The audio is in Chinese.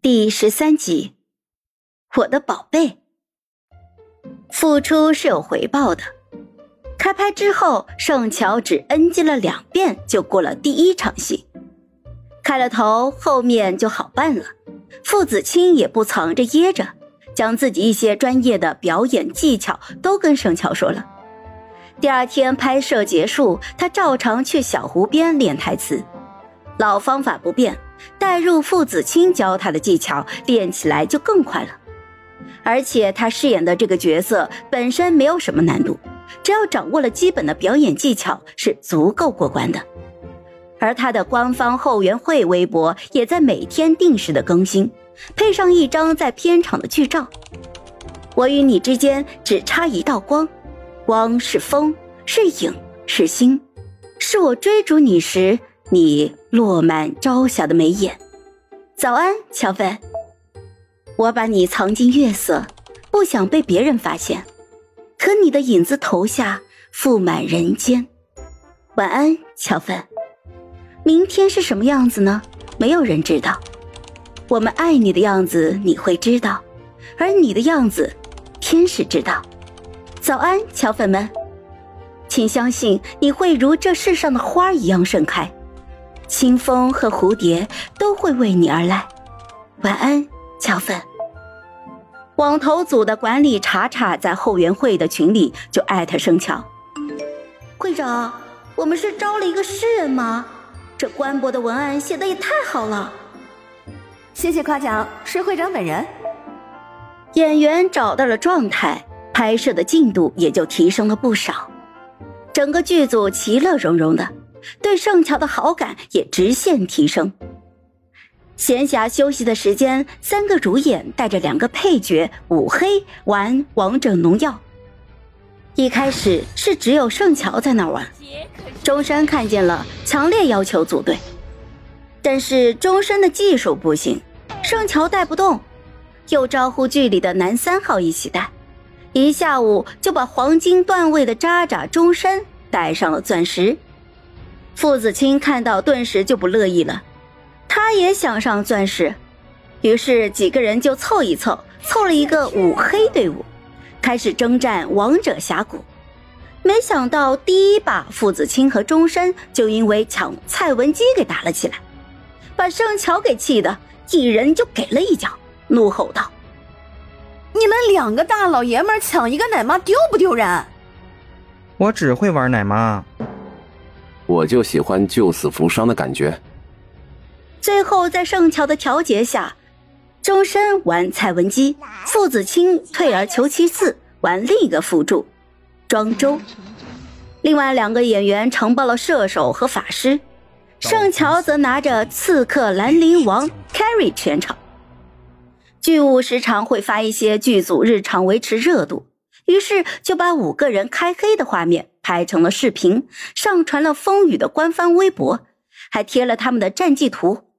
第13集，我的宝贝。付出是有回报的。开拍之后，盛乔只 NG 了2遍就过了第1场戏。开了头，后面就好办了。傅子清也不藏着掖着，将自己一些专业的表演技巧都跟盛乔说了。第2天拍摄结束，他照常去小湖边练台词。老方法不变，带入傅子清教他的技巧，练起来就更快了。而且他饰演的这个角色本身没有什么难度，只要掌握了基本的表演技巧是足够过关的。而他的官方后援会微博也在每天定时的更新，配上一张在片场的剧照。我与你之间只差一道光，光是风，是影，是星，是我追逐你时你落满朝霞的眉眼。早安，乔粉。我把你藏进月色，不想被别人发现，可你的影子投下，覆满人间。晚安，乔粉。明天是什么样子呢？没有人知道。我们爱你的样子你会知道，而你的样子天使知道。早安，乔粉们。请相信你会如这世上的花一样盛开，清风和蝴蝶都会为你而来。晚安，乔粉。网头组的管理查查在后援会的群里就艾特盛乔。会长，我们是招了一个诗人吗？这官博的文案写得也太好了。 谢谢夸奖，是会长本人。 演员找到了状态，拍摄的进度也就提升了不少。整个剧组其乐融融的，对盛乔的好感也直线提升。闲暇休息的时间，3个主演带着2个配角五黑玩王者农药。一开始是只有盛乔在那玩，钟山看见了，强烈要求组队。但是钟山的技术不行，盛乔带不动，又招呼剧里的男3号一起带，一下午就把黄金段位的渣渣钟山带上了钻石。傅子清看到顿时就不乐意了，他也想上钻石，于是几个人就凑一凑，凑了一个5黑队伍，开始征战王者峡谷。没想到第1把傅子清和钟山就因为抢蔡文姬给打了起来，把盛乔给气的一人就给了一脚，怒吼道： 你们2个大老爷们抢一个奶妈丢不丢人？ 我只会玩奶妈， 我就喜欢救死扶伤的感觉。 最后在盛乔的调节下，钟山玩蔡文姬，傅子清退而求其次玩另一个辅助庄周，另外2个演员承包了射手和法师，盛乔则拿着刺客兰陵王 carry 全场。剧务时常会发一些剧组日常维持热度，于是就把5个人开黑的画面拍成了视频，上传了风雨的官方微博，还贴了他们的战绩图。